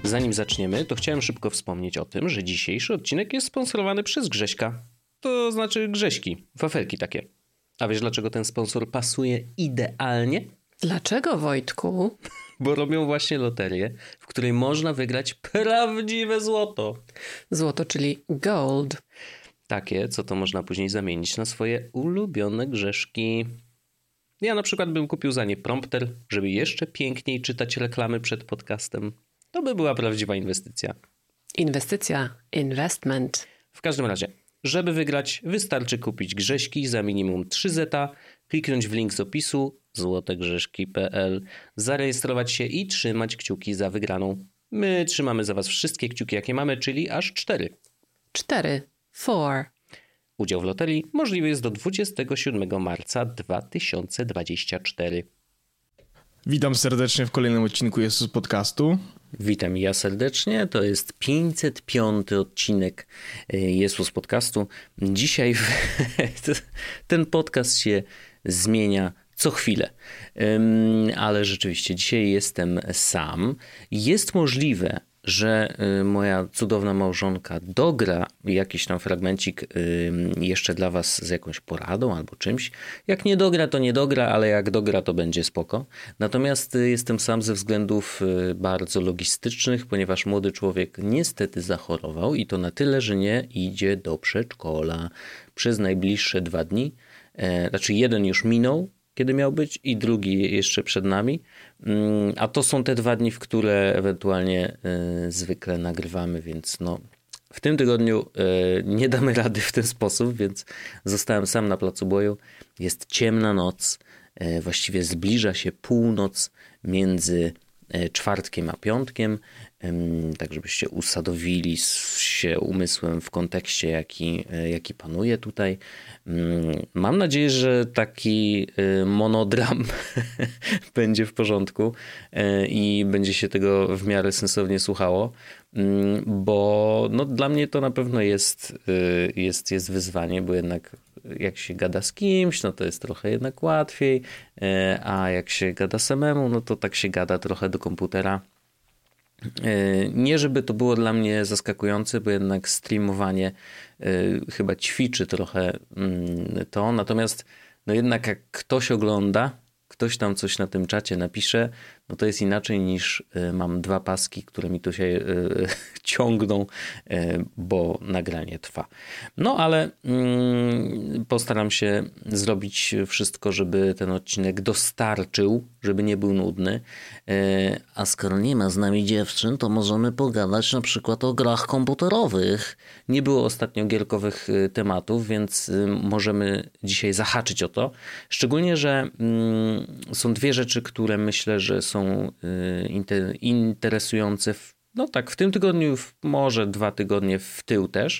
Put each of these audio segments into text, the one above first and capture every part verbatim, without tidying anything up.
Zanim zaczniemy, to chciałem szybko wspomnieć o tym, że dzisiejszy odcinek jest sponsorowany przez Grześka. To znaczy Grześki, wafelki takie. A wiesz, dlaczego ten sponsor pasuje idealnie? Dlaczego, Wojtku? Bo robią właśnie loterię, w której można wygrać prawdziwe złoto. Złoto, czyli gold. Takie, co to można później zamienić na swoje ulubione grzeszki. Ja na przykład bym kupił za nie prompter, żeby jeszcze piękniej czytać reklamy przed podcastem. To by była prawdziwa inwestycja. Inwestycja, investment. W każdym razie, żeby wygrać, wystarczy kupić grześki za minimum trzy zeta, kliknąć w link z opisu złotegrzeszki kropka p l, zarejestrować się i trzymać kciuki za wygraną. My trzymamy za was wszystkie kciuki, jakie mamy, czyli aż cztery. Cztery. Four. Udział w loterii możliwy jest do dwudziestego siódmego marca dwa tysiące dwudziestego czwartego. Witam serdecznie w kolejnym odcinku Jesus Podcastu. Witam ja serdecznie, to jest pięćset piąty odcinek Jesus Podcastu. Dzisiaj ten podcast się zmienia co chwilę, ale rzeczywiście dzisiaj jestem sam. Jest możliwe, że moja cudowna małżonka dogra jakiś tam fragmencik jeszcze dla was z jakąś poradą albo czymś. Jak nie dogra, to nie dogra, ale jak dogra, to będzie spoko. Natomiast jestem sam ze względów bardzo logistycznych, ponieważ młody człowiek niestety zachorował i to na tyle, że nie idzie do przedszkola przez najbliższe dwa dni. Znaczy jeden już minął, kiedy miał być, i drugi jeszcze przed nami. A to są te dwa dni, w które ewentualnie y, zwykle nagrywamy, więc no, w tym tygodniu y, nie damy rady w ten sposób, więc zostałem sam na placu boju. Jest ciemna noc, y, właściwie zbliża się północ między czwartkiem a piątkiem, tak żebyście usadowili się umysłem w kontekście, jaki, jaki panuje tutaj. Mam nadzieję, że taki monodram będzie w porządku i będzie się tego w miarę sensownie słuchało, bo no, dla mnie to na pewno jest, jest, jest wyzwanie, bo jednak jak się gada z kimś, no to jest trochę jednak łatwiej, a jak się gada samemu, no to tak się gada trochę do komputera. Nie żeby to było dla mnie zaskakujące, bo jednak streamowanie chyba ćwiczy trochę to, natomiast no jednak jak ktoś ogląda, ktoś tam coś na tym czacie napisze, no to jest inaczej niż mam dwa paski, które mi tu się ciągną, bo nagranie trwa. No ale postaram się zrobić wszystko, żeby ten odcinek dostarczył, żeby nie był nudny. A skoro nie ma z nami dziewczyn, to możemy pogadać na przykład o grach komputerowych. Nie było ostatnio gierkowych tematów, więc możemy dzisiaj zahaczyć o to. Szczególnie, że są dwie rzeczy, które myślę, że są interesujące w, no tak, w tym tygodniu, może dwa tygodnie w tył też.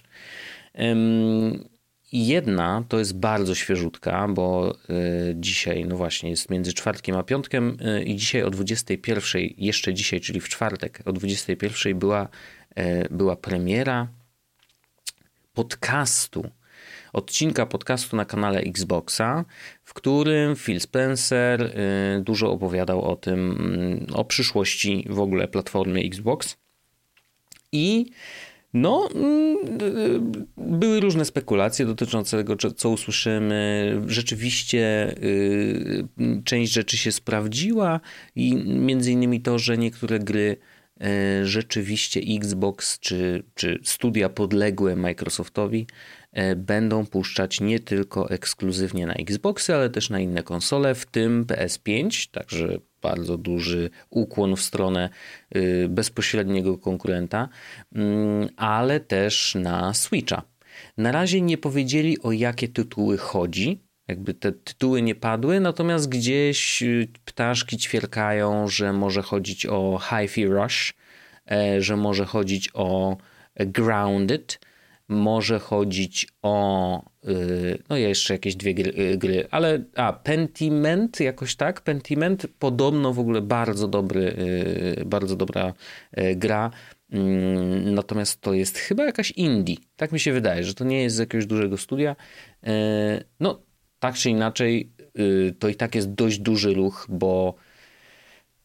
Jedna to jest bardzo świeżutka, bo dzisiaj, no właśnie, jest między czwartkiem a piątkiem i dzisiaj o dwudziestej pierwszej, jeszcze dzisiaj, czyli w czwartek o dwudziestej pierwszej była, była premiera podcastu. Odcinka podcastu na kanale Xboxa, w którym Phil Spencer dużo opowiadał o tym, o przyszłości w ogóle platformy Xbox. I no, były różne spekulacje dotyczące tego, co usłyszymy. Rzeczywiście część rzeczy się sprawdziła i między innymi to, że niektóre gry rzeczywiście Xbox czy, czy studia podległe Microsoftowi będą puszczać nie tylko ekskluzywnie na Xboxy, ale też na inne konsole, w tym P S pięć, także bardzo duży ukłon w stronę bezpośredniego konkurenta, ale też na Switcha. Na razie nie powiedzieli, o jakie tytuły chodzi, jakby te tytuły nie padły, natomiast gdzieś ptaszki ćwierkają, że może chodzić o Hi-Fi Rush, że może chodzić o Grounded, może chodzić o, no jeszcze jakieś dwie gry, gry, ale a Pentiment, jakoś tak, Pentiment, podobno w ogóle bardzo dobry, bardzo dobra gra, natomiast to jest chyba jakaś indie, tak mi się wydaje, że to nie jest z jakiegoś dużego studia. No tak czy inaczej, to i tak jest dość duży ruch, bo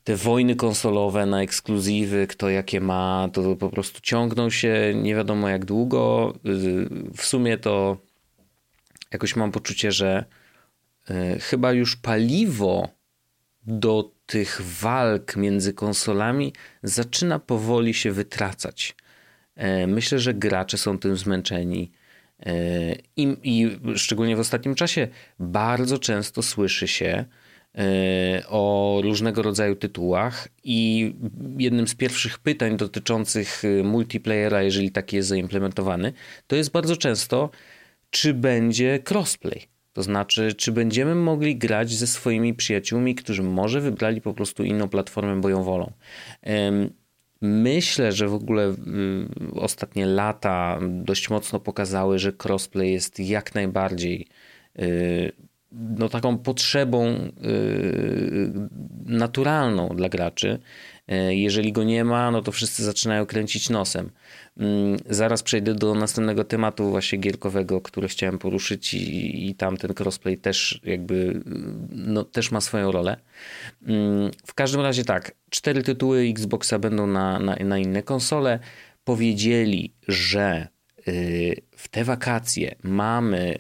te wojny konsolowe na ekskluzywy, kto jakie ma, to po prostu ciągną się nie wiadomo jak długo. W sumie to jakoś mam poczucie, że chyba już paliwo do tych walk między konsolami zaczyna powoli się wytracać. Myślę, że gracze są tym zmęczeni. I, I szczególnie w ostatnim czasie bardzo często słyszy się o różnego rodzaju tytułach i jednym z pierwszych pytań dotyczących multiplayera, jeżeli taki jest zaimplementowany, to jest bardzo często, czy będzie crossplay. To znaczy, czy będziemy mogli grać ze swoimi przyjaciółmi, którzy może wybrali po prostu inną platformę, bo ją wolą. Myślę, że w ogóle ostatnie lata dość mocno pokazały, że crossplay jest jak najbardziej no, taką potrzebą naturalną dla graczy. Jeżeli go nie ma, no to wszyscy zaczynają kręcić nosem. Zaraz przejdę do następnego tematu właśnie gierkowego, który chciałem poruszyć i, i tam ten crossplay też jakby no, też ma swoją rolę. W każdym razie tak, cztery tytuły Xboxa będą na, na, na inne konsole. Powiedzieli, że w te wakacje mamy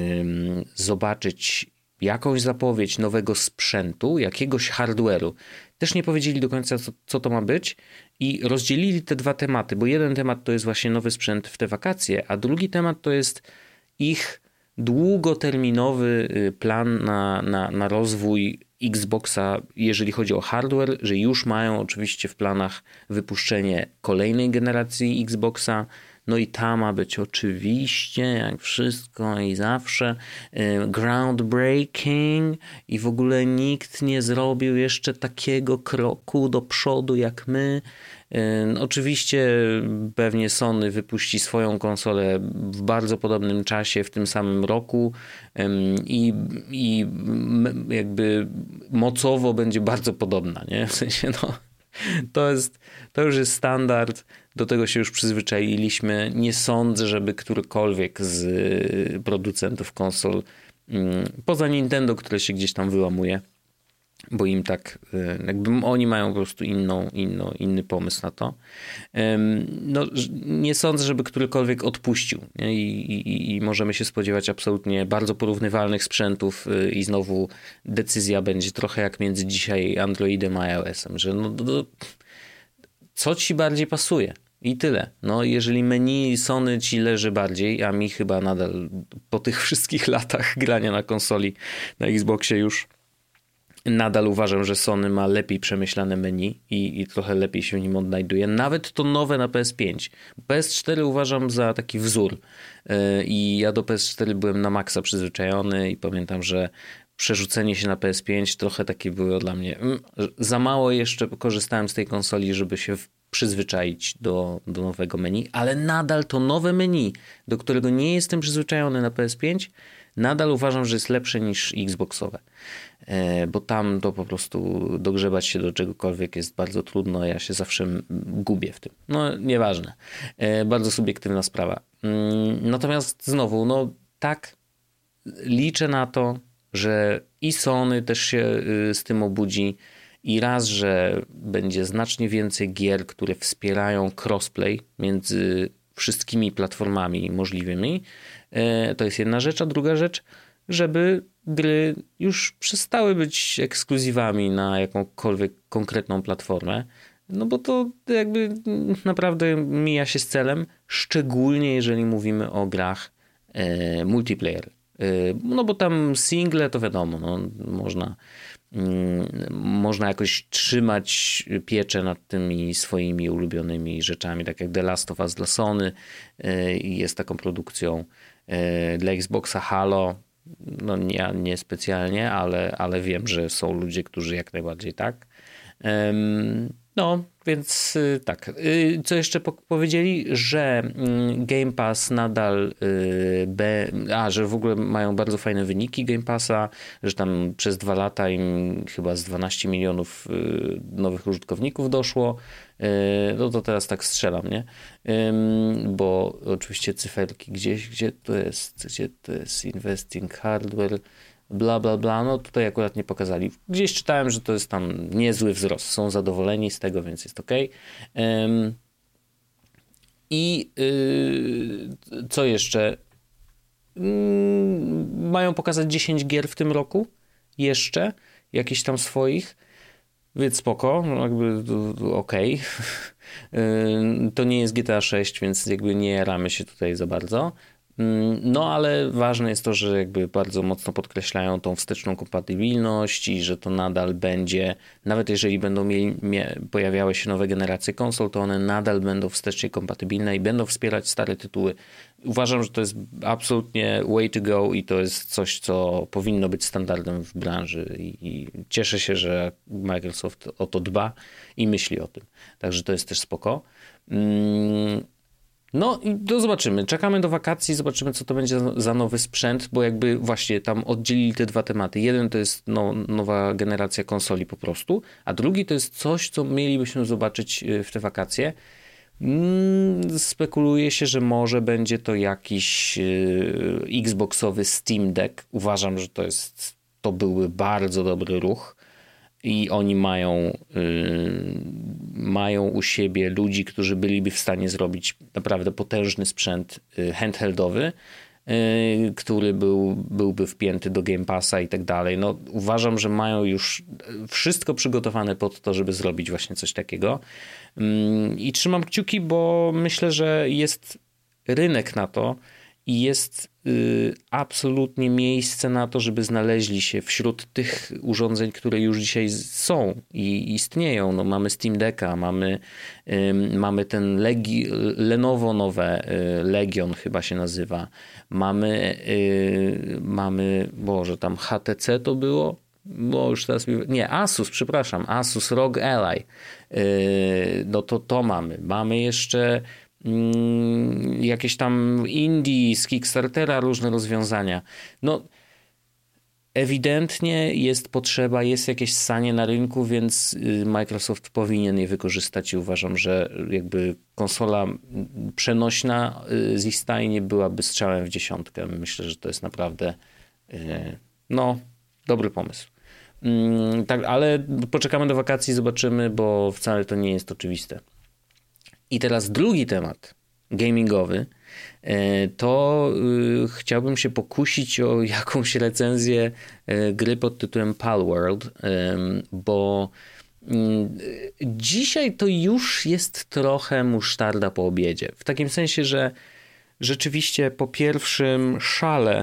zobaczyć jakąś zapowiedź nowego sprzętu, jakiegoś hardware'u. Też nie powiedzieli do końca, co, co to ma być i rozdzielili te dwa tematy, bo jeden temat to jest właśnie nowy sprzęt w te wakacje, a drugi temat to jest ich długoterminowy plan na, na, na rozwój Xboxa, jeżeli chodzi o hardware, że już mają oczywiście w planach wypuszczenie kolejnej generacji Xboxa. No i ta ma być oczywiście, jak wszystko i zawsze, groundbreaking i w ogóle nikt nie zrobił jeszcze takiego kroku do przodu jak my. Oczywiście pewnie Sony wypuści swoją konsolę w bardzo podobnym czasie, w tym samym roku i, i jakby mocowo będzie bardzo podobna, nie? W sensie no... To, jest, to już jest standard, do tego się już przyzwyczailiśmy. Nie sądzę, żeby którykolwiek z producentów konsol, poza Nintendo, które się gdzieś tam wyłamuje, bo im tak, jakby oni mają po prostu inną, inną, inny pomysł na to. No, nie sądzę, żeby którykolwiek odpuścił. Nie? I, i, I możemy się spodziewać absolutnie bardzo porównywalnych sprzętów i znowu decyzja będzie trochę jak między dzisiaj Androidem a iOS-em, że no, no, co ci bardziej pasuje? I tyle. No, jeżeli menu Sony ci leży bardziej, a mi chyba nadal po tych wszystkich latach grania na konsoli, na Xboxie już nadal uważam, że Sony ma lepiej przemyślane menu i, i trochę lepiej się w nim odnajduje. Nawet to nowe na P S pięć. P S cztery uważam za taki wzór yy, i ja do P S cztery byłem na maksa przyzwyczajony i pamiętam, że przerzucenie się na P S pięć trochę takie było dla mnie mm, za mało jeszcze korzystałem z tej konsoli, żeby się w, przyzwyczaić do, do nowego menu, ale nadal to nowe menu, do którego nie jestem przyzwyczajony na P S pięć, nadal uważam, że jest lepsze niż Xboxowe. Bo tam to po prostu dogrzebać się do czegokolwiek jest bardzo trudno. Ja się zawsze gubię w tym. No nieważne. Bardzo subiektywna sprawa. Natomiast znowu, no tak, liczę na to, że i Sony też się z tym obudzi i raz, że będzie znacznie więcej gier, które wspierają crossplay między wszystkimi platformami możliwymi. To jest jedna rzecz, a druga rzecz, żeby gry już przestały być ekskluzywami na jakąkolwiek konkretną platformę, no bo to jakby naprawdę mija się z celem, szczególnie jeżeli mówimy o grach e, multiplayer. E, no bo tam single to wiadomo, no, można, mm, można jakoś trzymać pieczę nad tymi swoimi ulubionymi rzeczami, tak jak The Last of Us dla Sony e, jest taką produkcją. E, dla Xboxa Halo no nie, nie specjalnie, ale, ale wiem, że są ludzie, którzy jak najbardziej tak. No, więc tak. Co jeszcze powiedzieli? Że Game Pass nadal be, a, że w ogóle mają bardzo fajne wyniki Game Passa, że tam przez dwa lata im chyba z dwanaście milionów nowych użytkowników doszło. No to teraz tak strzelam, nie? Bo oczywiście cyferki gdzieś, gdzie to jest? Gdzie to jest? Investing hardware. bla, bla, bla. No tutaj akurat nie pokazali. Gdzieś czytałem, że to jest tam niezły wzrost. Są zadowoleni z tego, więc jest okej. Um, I yy, co jeszcze? Yy, mają pokazać dziesięć gier w tym roku. Jeszcze. Jakichś tam swoich. Więc spoko. No jakby okej. Okay. Yy, to nie jest G T A sześć, więc jakby nie jaramy się tutaj za bardzo. No ale ważne jest to, że jakby bardzo mocno podkreślają tą wsteczną kompatybilność i że to nadal będzie, nawet jeżeli będą mieli, mie, pojawiały się nowe generacje konsol, to one nadal będą wstecznie kompatybilne i będą wspierać stare tytuły. Uważam, że to jest absolutnie way to go i to jest coś, co powinno być standardem w branży i, i cieszę się, że Microsoft o to dba i myśli o tym. Także to jest też spoko. Mm. No i to zobaczymy. Czekamy do wakacji, zobaczymy, co to będzie za nowy sprzęt, bo jakby właśnie tam oddzielili te dwa tematy. Jeden to jest no, nowa generacja konsoli po prostu, a drugi to jest coś, co mielibyśmy zobaczyć w te wakacje. Mm, spekuluje się, że może będzie to jakiś yy, Xboxowy Steam Deck. Uważam, że to jest, to byłby bardzo dobry ruch. I oni mają, yy, mają u siebie ludzi, którzy byliby w stanie zrobić naprawdę potężny sprzęt yy, handheldowy, yy, który był, byłby wpięty do Game Passa i tak dalej. No, uważam, że mają już wszystko przygotowane pod to, żeby zrobić właśnie coś takiego. Yy, I trzymam kciuki, bo myślę, że jest rynek na to i jest y, absolutnie miejsce na to, żeby znaleźli się wśród tych urządzeń, które już dzisiaj są i istnieją. No, mamy Steam Decka, mamy, y, mamy ten Legi, Lenovo nowe, y, Legion chyba się nazywa. Mamy, y, mamy, Boże, tam H T C to było? Bo już teraz, nie, Asus, przepraszam, Asus R O G Ally. Y, no to to mamy. Mamy jeszcze jakieś tam indie z Kickstartera, różne rozwiązania. No ewidentnie jest potrzeba, jest jakieś ssanie na rynku, więc Microsoft powinien je wykorzystać i uważam, że jakby konsola przenośna z ich stajni byłaby strzałem w dziesiątkę. Myślę, że to jest naprawdę no dobry pomysł. Tak, ale poczekamy do wakacji, zobaczymy, bo wcale to nie jest oczywiste. I teraz drugi temat gamingowy, to chciałbym się pokusić o jakąś recenzję gry pod tytułem Palworld, bo dzisiaj to już jest trochę musztarda po obiedzie. W takim sensie, że rzeczywiście po pierwszym szale,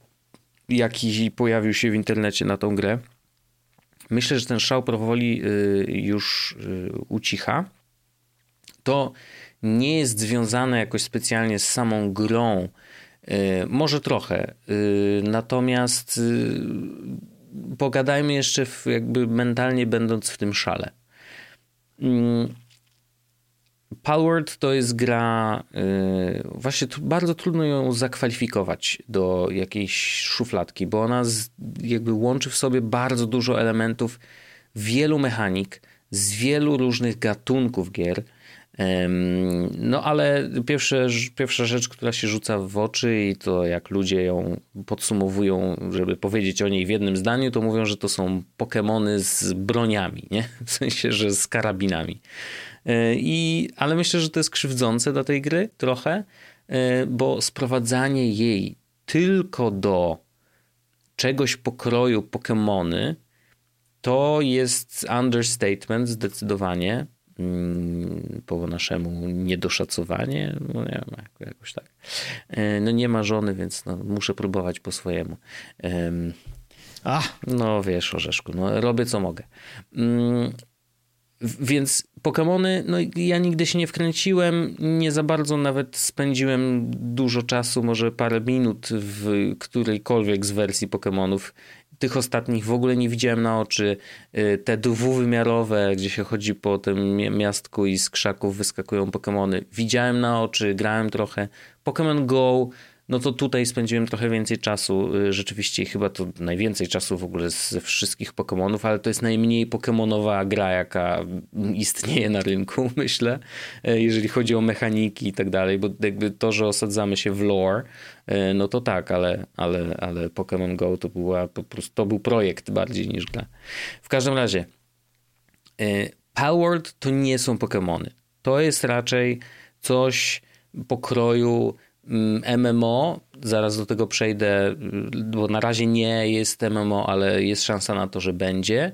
jaki pojawił się w internecie na tą grę, myślę, że ten szał powoli już ucicha. To nie jest związane jakoś specjalnie z samą grą. Może trochę. Natomiast pogadajmy jeszcze w, jakby mentalnie będąc w tym szale. Palworld to jest gra, właśnie bardzo trudno ją zakwalifikować do jakiejś szufladki, bo ona z, jakby łączy w sobie bardzo dużo elementów, wielu mechanik, z wielu różnych gatunków gier. No ale pierwsze, pierwsza rzecz, która się rzuca w oczy i to jak ludzie ją podsumowują, żeby powiedzieć o niej w jednym zdaniu, to mówią, że to są Pokemony z broniami, nie? W sensie, że z karabinami. I, ale myślę, że to jest krzywdzące dla tej gry trochę, bo sprowadzanie jej tylko do czegoś pokroju Pokemony to jest understatement zdecydowanie. Po naszemu niedoszacowanie, no nie wiem, jakoś tak. No nie ma żony, więc no, muszę próbować po swojemu. Ach. No wiesz, Orzeszku, no robię co mogę. Więc Pokemony, no ja nigdy się nie wkręciłem, nie za bardzo nawet spędziłem dużo czasu, może parę minut w którejkolwiek z wersji Pokemonów. Tych ostatnich w ogóle nie widziałem na oczy. Te dwuwymiarowe, gdzie się chodzi po tym miastku i z krzaków wyskakują Pokemony, widziałem na oczy, grałem trochę. Pokémon Go no to tutaj spędziłem trochę więcej czasu. Rzeczywiście chyba to najwięcej czasu w ogóle ze wszystkich Pokemonów, ale to jest najmniej pokemonowa gra, jaka istnieje na rynku, myślę, jeżeli chodzi o mechaniki i tak dalej, bo jakby to, że osadzamy się w lore, no to tak, ale, ale, ale Pokémon Go to była po prostu, to był projekt bardziej niż gra. W każdym razie Palworld to nie są Pokemony. To jest raczej coś pokroju M M O. Zaraz do tego przejdę, bo na razie nie jest M M O, ale jest szansa na to, że będzie.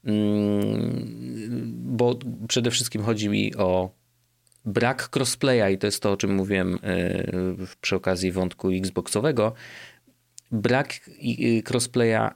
Bo przede wszystkim chodzi mi o brak crossplaya i to jest to, o czym mówiłem przy okazji wątku Xboxowego. Brak crossplaya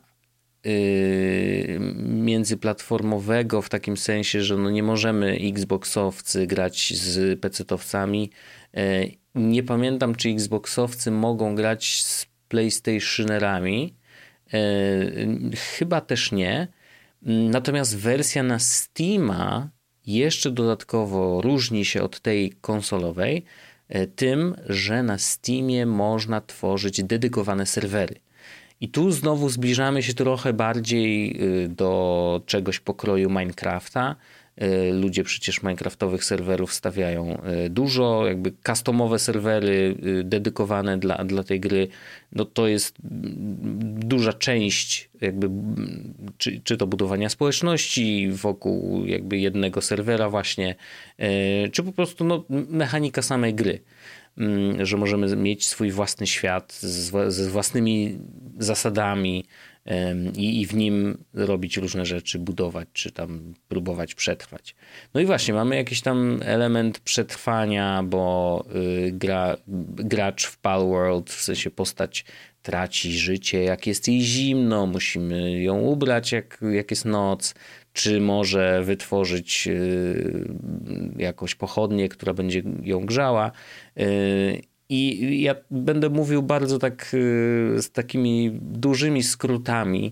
międzyplatformowego w takim sensie, że no nie możemy Xboxowcy grać z pecetowcami. Nie pamiętam, czy Xboxowcy mogą grać z PlayStationerami. Chyba też nie. Natomiast wersja na Steama jeszcze dodatkowo różni się od tej konsolowej tym, że na Steamie można tworzyć dedykowane serwery. I tu znowu zbliżamy się trochę bardziej do czegoś pokroju Minecrafta. Ludzie przecież minecraftowych serwerów stawiają dużo, jakby customowe serwery dedykowane dla, dla tej gry, no to jest duża część jakby, czy, czy to budowania społeczności wokół jakby jednego serwera właśnie, czy po prostu no, mechanika samej gry, że możemy mieć swój własny świat z, ze własnymi zasadami i, i w nim robić różne rzeczy, budować, czy tam próbować przetrwać. No i właśnie, mamy jakiś tam element przetrwania, bo y, gra, gracz w Palworld, w sensie postać traci życie, jak jest jej zimno, musimy ją ubrać, jak, jak jest noc, czy może wytworzyć y, jakąś pochodnię, która będzie ją grzała. Y, I ja będę mówił bardzo tak z takimi dużymi skrótami,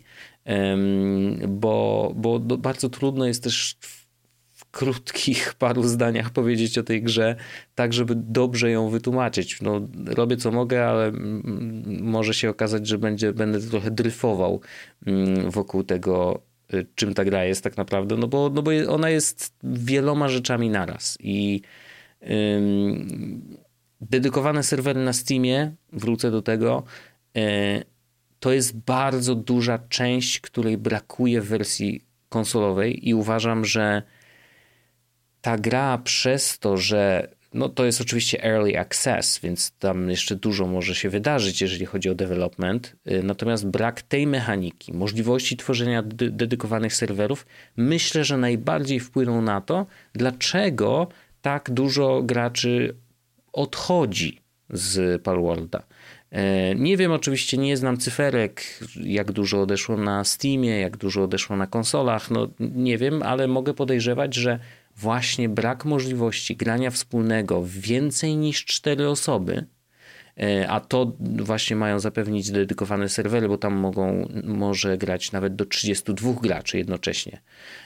bo, bo bardzo trudno jest też w krótkich paru zdaniach powiedzieć o tej grze, tak żeby dobrze ją wytłumaczyć. No, robię co mogę, ale może się okazać, że będzie, będę trochę dryfował wokół tego, czym ta gra jest tak naprawdę, no bo, no bo ona jest wieloma rzeczami naraz i ym, dedykowane serwery na Steamie, wrócę do tego, to jest bardzo duża część, której brakuje w wersji konsolowej i uważam, że ta gra przez to, że no to jest oczywiście early access, więc tam jeszcze dużo może się wydarzyć, jeżeli chodzi o development, natomiast brak tej mechaniki, możliwości tworzenia de- dedykowanych serwerów, myślę, że najbardziej wpłynął na to, dlaczego tak dużo graczy odchodzi z Palworlda. Nie wiem, oczywiście nie znam cyferek, jak dużo odeszło na Steamie, jak dużo odeszło na konsolach, no nie wiem, ale mogę podejrzewać, że właśnie brak możliwości grania wspólnego w więcej niż cztery osoby, a to właśnie mają zapewnić dedykowane serwery, bo tam mogą, może grać nawet do trzydziestu dwóch graczy jednocześnie.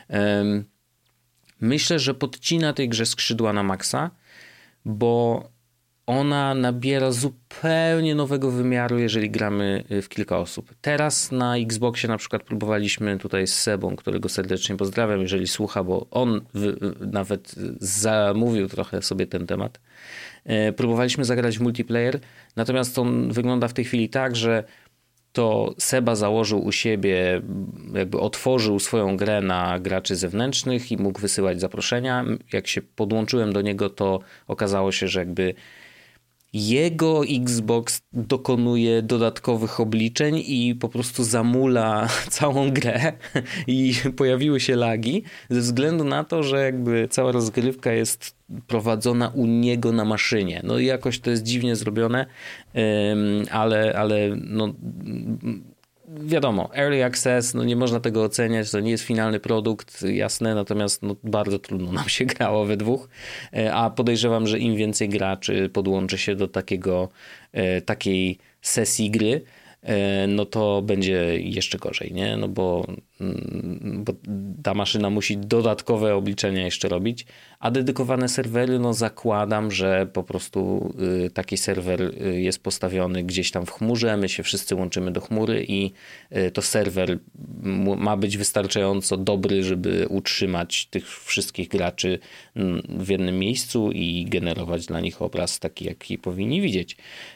Myślę, że podcina tej grze skrzydła na maksa, bo ona nabiera zupełnie nowego wymiaru, jeżeli gramy w kilka osób. Teraz na Xboxie na przykład próbowaliśmy tutaj z Sebą, którego serdecznie pozdrawiam, jeżeli słucha, bo on w, nawet zamówił trochę sobie ten temat. Próbowaliśmy zagrać w multiplayer, natomiast on wygląda w tej chwili tak, że to Seba założył u siebie, jakby otworzył swoją grę na graczy zewnętrznych i mógł wysyłać zaproszenia. Jak się podłączyłem do niego, to okazało się, że jakby jego Xbox dokonuje dodatkowych obliczeń i po prostu zamula całą grę i pojawiły się lagi ze względu na to, że jakby cała rozgrywka jest prowadzona u niego na maszynie. No i jakoś to jest dziwnie zrobione, ale, ale no wiadomo, early access, no nie można tego oceniać, to nie jest finalny produkt, jasne, natomiast no bardzo trudno nam się grało we dwóch, a podejrzewam, że im więcej graczy podłączy się do takiego, takiej sesji gry, no to będzie jeszcze gorzej, nie? No bo bo ta maszyna musi dodatkowe obliczenia jeszcze robić, a dedykowane serwery, no zakładam, że po prostu taki serwer jest postawiony gdzieś tam w chmurze, my się wszyscy łączymy do chmury i to serwer ma być wystarczająco dobry, żeby utrzymać tych wszystkich graczy w jednym miejscu i generować dla nich obraz taki, jaki powinni widzieć.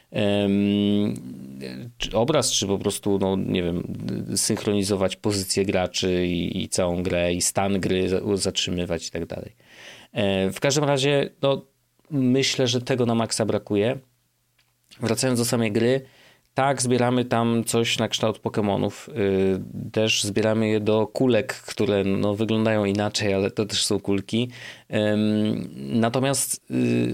Czy obraz, czy po prostu, no nie wiem, synchronizować pozycję graczy i, i całą grę, i stan gry zatrzymywać i tak dalej. W każdym razie, no myślę, że tego na maksa brakuje. Wracając do samej gry, tak, zbieramy tam coś na kształt Pokemonów. Też zbieramy je do kulek, które no, wyglądają inaczej, ale to też są kulki. Natomiast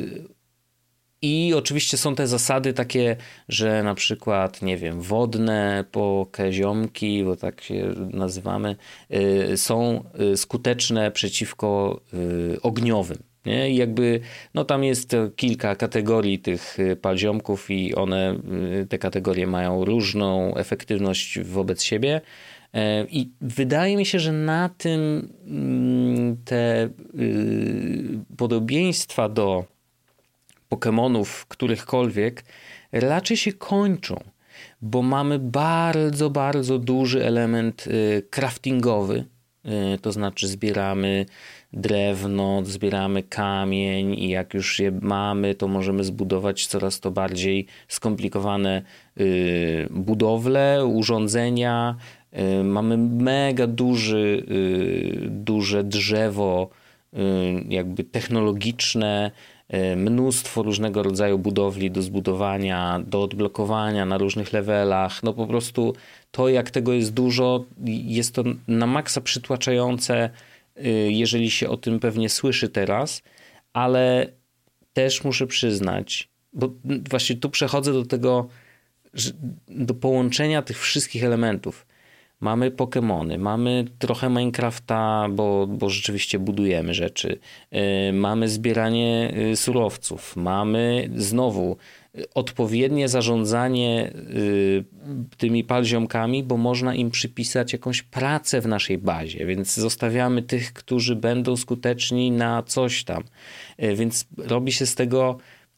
i oczywiście są te zasady takie, że na przykład, nie wiem, wodne pokeziomki, bo tak się nazywamy, są skuteczne przeciwko ogniowym. Nie? I jakby, no tam jest kilka kategorii tych palziomków i one, te kategorie mają różną efektywność wobec siebie. I wydaje mi się, że na tym te podobieństwa do Pokemonów którychkolwiek raczej się kończą, bo mamy bardzo, bardzo duży element craftingowy, to znaczy zbieramy drewno, zbieramy kamień i jak już je mamy, to możemy zbudować coraz to bardziej skomplikowane budowle, urządzenia. Mamy mega duży, duże drzewo jakby technologiczne, mnóstwo różnego rodzaju budowli do zbudowania, do odblokowania na różnych levelach. No po prostu to, jak tego jest dużo, jest to na maksa przytłaczające, jeżeli się o tym pewnie słyszy teraz, ale też muszę przyznać, bo właśnie tu przechodzę do tego, do połączenia tych wszystkich elementów. Mamy Pokemony, mamy trochę Minecrafta, bo, bo rzeczywiście budujemy rzeczy. Yy, mamy zbieranie surowców, mamy znowu odpowiednie zarządzanie yy, tymi palziomkami, bo można im przypisać jakąś pracę w naszej bazie, więc zostawiamy tych, którzy będą skuteczni na coś tam. Yy, więc robi się z tego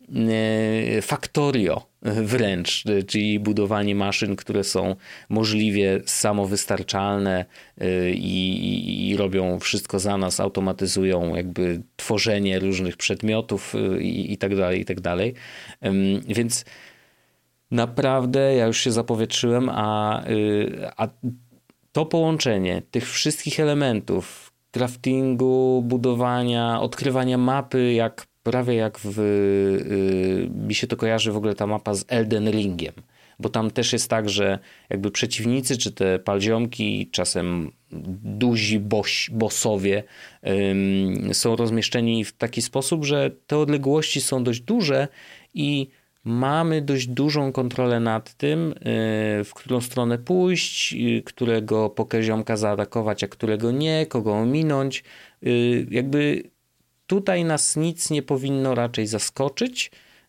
factorio wręcz, czyli budowanie maszyn, które są możliwie samowystarczalne i, i, i robią wszystko za nas, automatyzują jakby tworzenie różnych przedmiotów i, i tak dalej, i tak dalej. Więc naprawdę ja już się zapowietrzyłem, a, a to połączenie tych wszystkich elementów craftingu, budowania, odkrywania mapy, jak prawie jak w, yy, mi się to kojarzy w ogóle ta mapa z Elden Ringiem, bo tam też jest tak, że jakby przeciwnicy, czy te palziomki, czasem duzi boś, bossowie yy, są rozmieszczeni w taki sposób, że te odległości są dość duże i mamy dość dużą kontrolę nad tym, yy, w którą stronę pójść, yy, którego pokeziomka zaatakować, a którego nie, kogo ominąć. Yy, jakby tutaj nas nic nie powinno raczej zaskoczyć,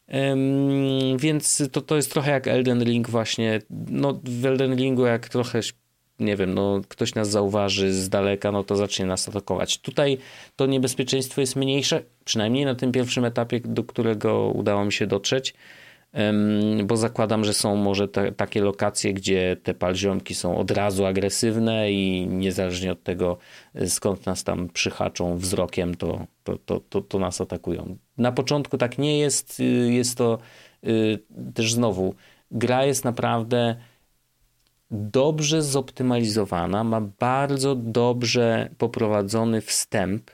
um, więc to, to jest trochę jak Elden Ring właśnie. No, w Elden Ringu jak trochę, nie wiem, no, ktoś nas zauważy z daleka, no to zacznie nas atakować. Tutaj to niebezpieczeństwo jest mniejsze, przynajmniej na tym pierwszym etapie, do którego udało mi się dotrzeć, um, bo zakładam, że są może te, takie lokacje, gdzie te palziomki są od razu agresywne i niezależnie od tego, skąd nas tam przyhaczą wzrokiem, to, to, to, to, to nas atakują. Na początku tak nie jest. Jest to yy, też znowu, gra jest naprawdę dobrze zoptymalizowana, ma bardzo dobrze poprowadzony wstęp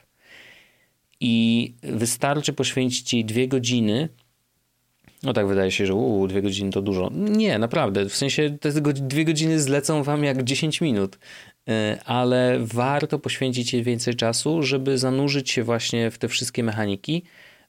i wystarczy poświęcić jej dwie godziny. No tak wydaje się, że uu, dwie godziny to dużo. Nie, naprawdę. W sensie te dwie godziny zlecą wam jak dziesięć minut. Ale warto poświęcić jej więcej czasu, żeby zanurzyć się właśnie w te wszystkie mechaniki.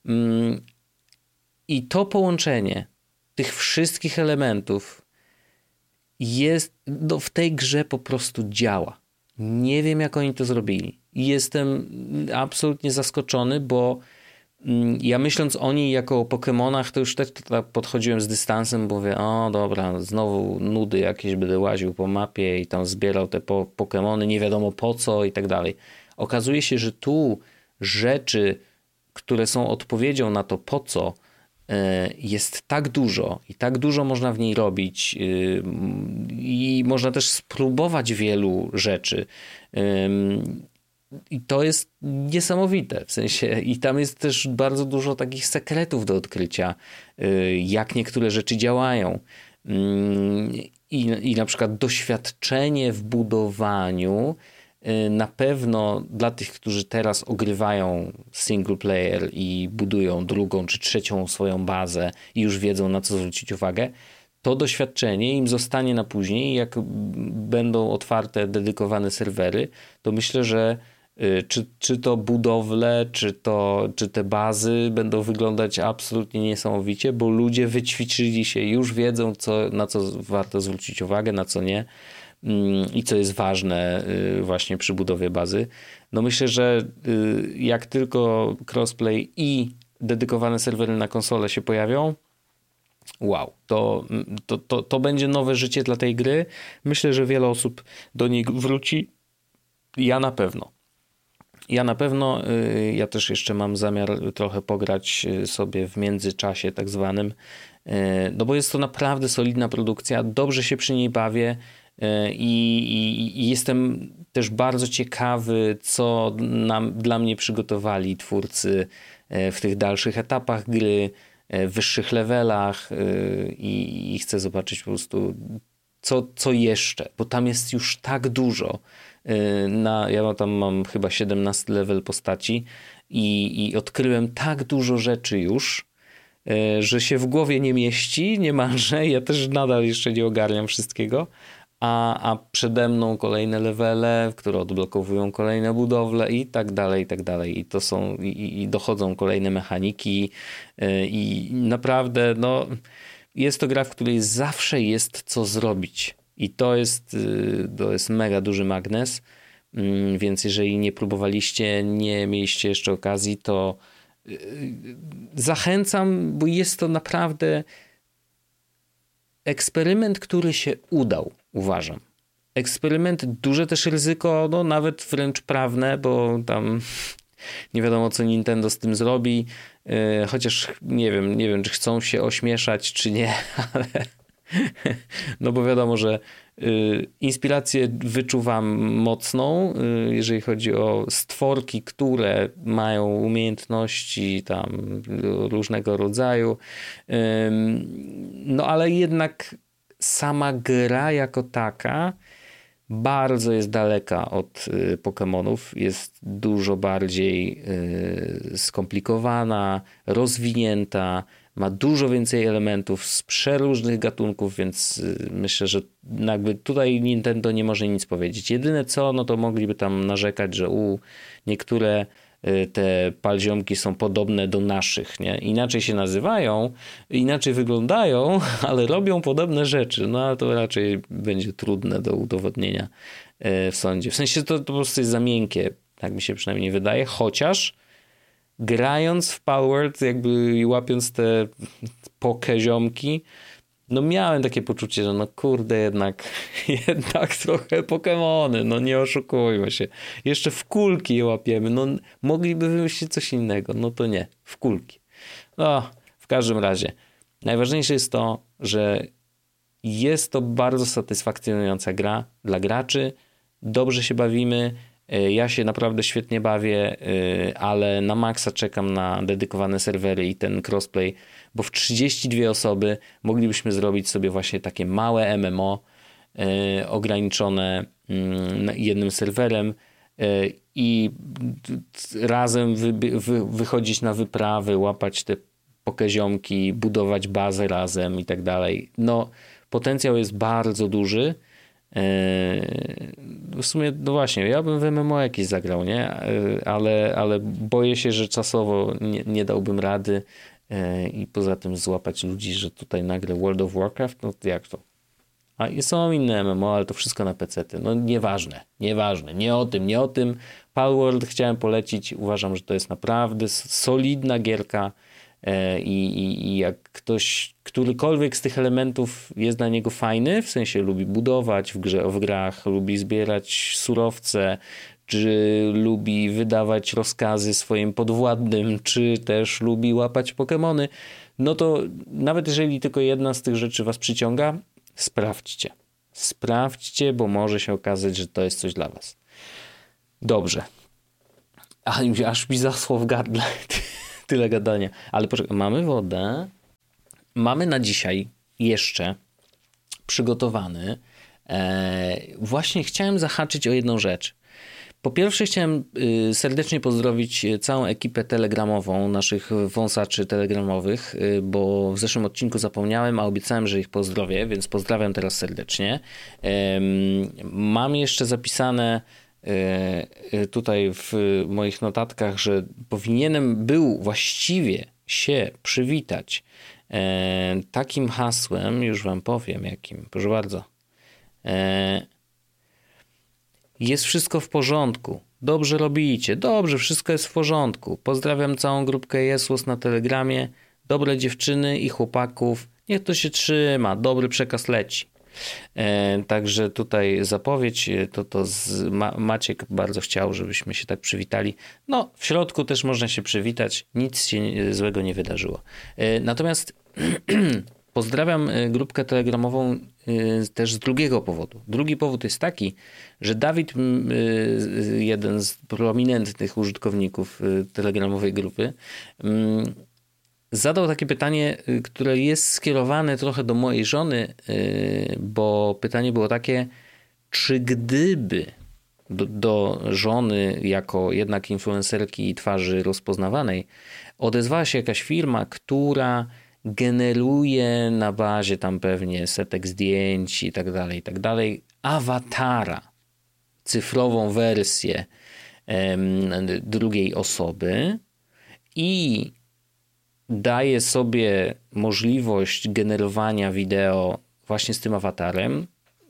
I to połączenie tych wszystkich elementów jest, no w tej grze po prostu działa. Nie wiem, jak oni to zrobili. Jestem absolutnie zaskoczony, bo ja myśląc o niej jako o Pokemonach, to już też tak podchodziłem z dystansem, bo mówię, o dobra, znowu nudy jakieś, będę łaził po mapie i tam zbierał te po Pokemony, nie wiadomo po co i tak dalej. Okazuje się, że tu rzeczy, które są odpowiedzią na to po co, jest tak dużo i tak dużo można w niej robić i można też spróbować wielu rzeczy. I to jest niesamowite, w sensie i tam jest też bardzo dużo takich sekretów do odkrycia, jak niektóre rzeczy działają. I, i na przykład doświadczenie w budowaniu na pewno dla tych, którzy teraz ogrywają single player i budują drugą czy trzecią swoją bazę i już wiedzą, na co zwrócić uwagę, to doświadczenie im zostanie na później. Jak będą otwarte, dedykowane serwery, to myślę, że czy, czy to budowle, czy, to, czy te bazy będą wyglądać absolutnie niesamowicie, bo ludzie wyćwiczyli się, już wiedzą, co, na co warto zwrócić uwagę, na co nie i co jest ważne właśnie przy budowie bazy. No myślę, że jak tylko crossplay i dedykowane serwery na konsolę się pojawią, wow, to, to, to, to będzie nowe życie dla tej gry. Myślę, że wiele osób do niej wróci. Ja na pewno. Ja na pewno, ja też jeszcze mam zamiar trochę pograć sobie w międzyczasie tak zwanym, no bo jest to naprawdę solidna produkcja, dobrze się przy niej bawię i, i, i jestem też bardzo ciekawy, co nam, dla mnie przygotowali twórcy w tych dalszych etapach gry, w wyższych levelach i, i chcę zobaczyć po prostu co, co jeszcze, bo tam jest już tak dużo. Na, ja tam mam chyba siedemnasty level postaci i, i odkryłem tak dużo rzeczy już, że się w głowie nie mieści niemalże. Ja też nadal jeszcze nie ogarniam wszystkiego, a, a przede mną kolejne levele, które odblokowują kolejne budowle i tak dalej, i tak dalej. I to są, i, i dochodzą kolejne mechaniki i naprawdę no, jest to gra, w której zawsze jest co zrobić. I to jest, to jest mega duży magnes, więc jeżeli nie próbowaliście, nie mieliście jeszcze okazji, to zachęcam, bo jest to naprawdę eksperyment, który się udał, uważam. Eksperyment, duże też ryzyko, no nawet wręcz prawne, bo tam nie wiadomo, co Nintendo z tym zrobi, chociaż nie wiem, nie wiem, czy chcą się ośmieszać, czy nie, ale no bo wiadomo, że y, inspirację wyczuwam mocną, y, jeżeli chodzi o stworki, które mają umiejętności tam różnego rodzaju. Y, no ale jednak sama gra jako taka bardzo jest daleka od y, Pokemonów. Jest dużo bardziej y, skomplikowana, rozwinięta. Ma dużo więcej elementów z przeróżnych gatunków, więc myślę, że jakby tutaj Nintendo nie może nic powiedzieć. Jedyne co, no to mogliby tam narzekać, że u niektóre te palziomki są podobne do naszych, nie? Inaczej się nazywają, inaczej wyglądają, ale robią podobne rzeczy. No ale to raczej będzie trudne do udowodnienia w sądzie. W sensie to, to po prostu jest za miękkie, tak mi się przynajmniej wydaje, chociaż grając w Palworld, jakby łapiąc te pokeziomki, no miałem takie poczucie, że no kurde, jednak, jednak trochę Pokemony, no nie oszukujmy się. Jeszcze w kulki je łapiemy, no mogliby wymyślić coś innego, no to nie, w kulki. No, w każdym razie, najważniejsze jest to, że jest to bardzo satysfakcjonująca gra dla graczy, dobrze się bawimy. Ja się naprawdę świetnie bawię, ale na maksa czekam na dedykowane serwery i ten crossplay, bo w trzydzieści dwie osoby moglibyśmy zrobić sobie właśnie takie małe M M O ograniczone jednym serwerem i razem wy, wy, wychodzić na wyprawy, łapać te pokeziomki, budować bazę razem i tak dalej. No, potencjał jest bardzo duży. W sumie, no właśnie, ja bym w M M O jakiś zagrał, nie? Ale, ale boję się, że czasowo nie, nie dałbym rady i poza tym złapać ludzi, że tutaj nagle World of Warcraft, no jak to? A i są inne M M O, ale to wszystko na pecety. No nieważne, nieważne, nie o tym, nie o tym. Palworld chciałem polecić, uważam, że to jest naprawdę solidna gierka i, i, i jak ktoś, którykolwiek z tych elementów jest dla niego fajny, w sensie lubi budować w, grze, w grach, lubi zbierać surowce, czy lubi wydawać rozkazy swoim podwładnym, czy też lubi łapać Pokemony, no to nawet jeżeli tylko jedna z tych rzeczy was przyciąga, sprawdźcie. Sprawdźcie, bo może się okazać, że to jest coś dla was. Dobrze. A, aż mi zaschło w gardle. Tyle gadania. Ale poczekaj, mamy wodę. Mamy na dzisiaj jeszcze przygotowany. E, właśnie chciałem zahaczyć o jedną rzecz. Po pierwsze chciałem y, serdecznie pozdrowić całą ekipę telegramową, naszych wąsaczy telegramowych, y, bo w zeszłym odcinku zapomniałem, a obiecałem, że ich pozdrowię, więc pozdrawiam teraz serdecznie. Y, mam jeszcze zapisane y, tutaj w moich notatkach, że powinienem był właściwie się przywitać y, takim hasłem, już wam powiem jakim, proszę bardzo. Y, Jest wszystko w porządku. Dobrze robicie. Dobrze, wszystko jest w porządku. Pozdrawiam całą grupkę Jesłos na Telegramie. Dobre dziewczyny i chłopaków. Niech to się trzyma. Dobry przekaz leci. E, także tutaj zapowiedź. To, to z Ma- Maciek bardzo chciał, żebyśmy się tak przywitali. No, w środku też można się przywitać. Nic się złego nie wydarzyło. E, natomiast pozdrawiam grupkę telegramową też z drugiego powodu. Drugi powód jest taki, że Dawid, jeden z prominentnych użytkowników telegramowej grupy, zadał takie pytanie, które jest skierowane trochę do mojej żony, bo pytanie było takie, czy gdyby do, do żony jako jednak influencerki i twarzy rozpoznawanej odezwała się jakaś firma, która generuje na bazie tam pewnie setek zdjęć i tak dalej, i tak dalej, awatara, cyfrową wersję em, drugiej osoby i daje sobie możliwość generowania wideo właśnie z tym awatarem.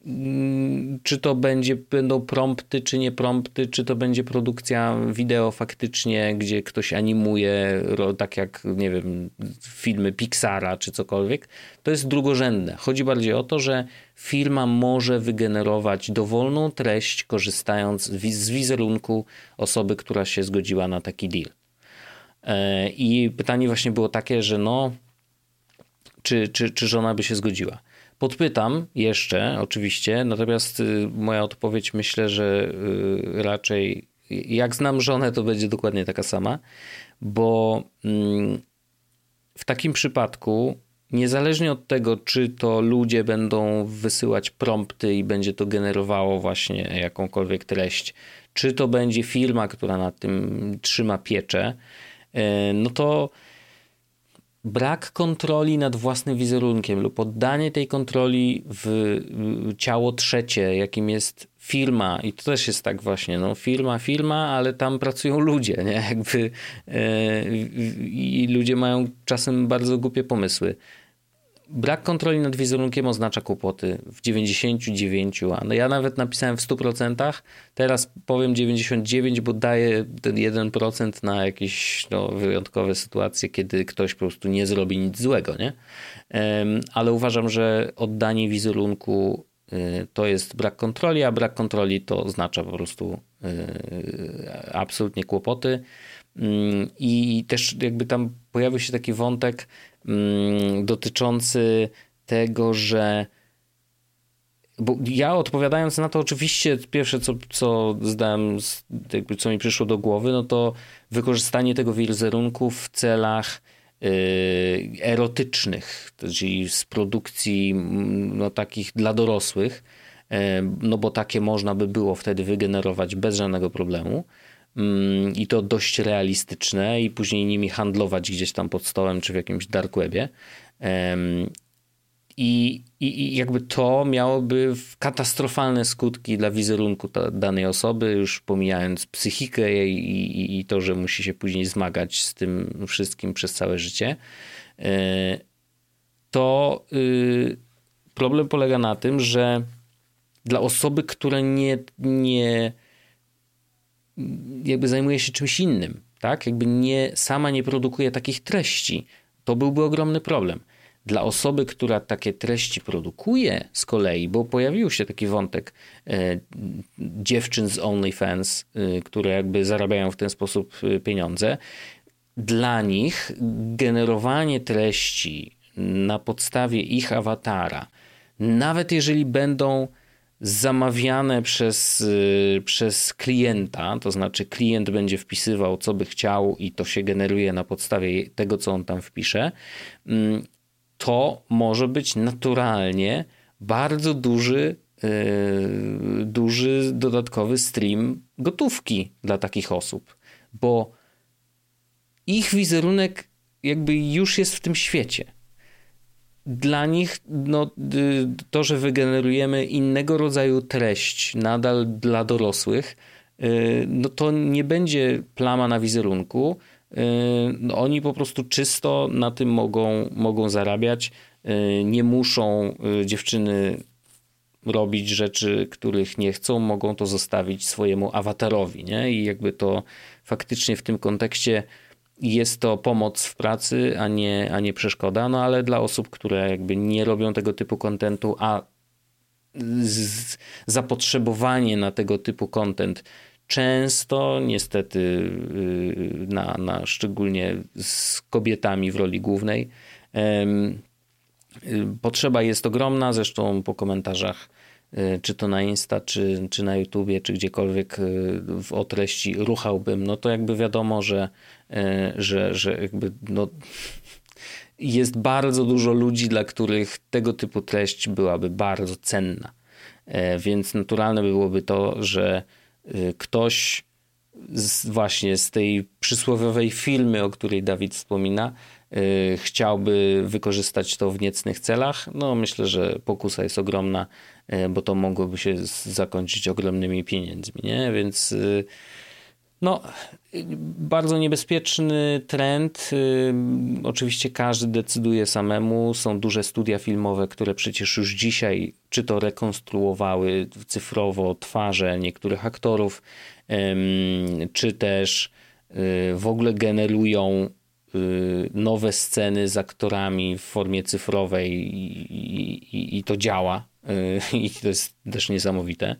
Czy to będzie, będą prompty, czy nie prompty, czy to będzie produkcja wideo faktycznie, gdzie ktoś animuje, tak jak, nie wiem, filmy Pixara, czy cokolwiek, to jest drugorzędne. Chodzi bardziej o to, że firma może wygenerować dowolną treść, korzystając z wizerunku osoby, która się zgodziła na taki deal. I pytanie właśnie było takie, że no, czy, czy, czy żona by się zgodziła? Podpytam jeszcze, oczywiście, natomiast moja odpowiedź myślę, że raczej jak znam żonę, to będzie dokładnie taka sama, bo w takim przypadku, niezależnie od tego, czy to ludzie będą wysyłać prompty i będzie to generowało właśnie jakąkolwiek treść, czy to będzie firma, która nad tym trzyma pieczę, no to brak kontroli nad własnym wizerunkiem lub oddanie tej kontroli w ciało trzecie, jakim jest firma, i to też jest tak właśnie, no firma, firma, ale tam pracują ludzie, nie? Jakby yy, i ludzie mają czasem bardzo głupie pomysły. Brak kontroli nad wizerunkiem oznacza kłopoty w dziewięćdziesiąt dziewięć procent, a no ja nawet napisałem w stu procentach, teraz powiem dziewięćdziesiąt dziewięć procent, bo daję ten jeden procent na jakieś no, wyjątkowe sytuacje, kiedy ktoś po prostu nie zrobi nic złego, nie? Ale uważam, że oddanie wizerunku to jest brak kontroli, a brak kontroli to oznacza po prostu absolutnie kłopoty. I też jakby tam pojawił się taki wątek dotyczący tego, że bo ja odpowiadając na to oczywiście pierwsze co, co zdałem, jakby co mi przyszło do głowy, no to wykorzystanie tego wizerunku w celach yy, erotycznych, czyli z produkcji no, takich dla dorosłych, yy, no bo takie można by było wtedy wygenerować bez żadnego problemu. I to dość realistyczne i później nimi handlować gdzieś tam pod stołem czy w jakimś dark webie. I, i, i jakby to miałoby katastrofalne skutki dla wizerunku ta, danej osoby, już pomijając psychikę i, i, i to, że musi się później zmagać z tym wszystkim przez całe życie. To problem polega na tym, że dla osoby, która nie, nie jakby zajmuje się czymś innym, tak? Jakby nie, sama nie produkuje takich treści, to byłby ogromny problem. Dla osoby, która takie treści produkuje z kolei, bo pojawił się taki wątek e, dziewczyn z OnlyFans, e, które jakby zarabiają w ten sposób pieniądze, dla nich generowanie treści na podstawie ich awatara, nawet jeżeli będą zamawiane przez, przez klienta, to znaczy klient będzie wpisywał, co by chciał i to się generuje na podstawie tego, co on tam wpisze, to może być naturalnie bardzo duży, duży dodatkowy stream gotówki dla takich osób, bo ich wizerunek jakby już jest w tym świecie. Dla nich no, to, że wygenerujemy innego rodzaju treść nadal dla dorosłych, no to nie będzie plama na wizerunku. No, oni po prostu czysto na tym mogą, mogą zarabiać. Nie muszą dziewczyny robić rzeczy, których nie chcą. Mogą to zostawić swojemu awatarowi, nie? I jakby to faktycznie w tym kontekście jest to pomoc w pracy, a nie, a nie przeszkoda, no ale dla osób, które jakby nie robią tego typu kontentu, a z, zapotrzebowanie na tego typu content często niestety na, na szczególnie z kobietami w roli głównej potrzeba jest ogromna, zresztą po komentarzach czy to na Insta, czy, czy na YouTubie, czy gdziekolwiek o treści ruchałbym, no to jakby wiadomo, że, że, że jakby no jest bardzo dużo ludzi, dla których tego typu treść byłaby bardzo cenna. Więc naturalne byłoby to, że ktoś z, właśnie z tej przysłowiowej filmy, o której Dawid wspomina, chciałby wykorzystać to w niecnych celach. No myślę, że pokusa jest ogromna, bo to mogłoby się zakończyć ogromnymi pieniędzmi, nie? Więc no bardzo niebezpieczny trend. Oczywiście każdy decyduje samemu. Są duże studia filmowe, które przecież już dzisiaj czy to rekonstruowały cyfrowo twarze niektórych aktorów, czy też w ogóle generują nowe sceny z aktorami w formie cyfrowej i, i, i to działa i to jest też niesamowite.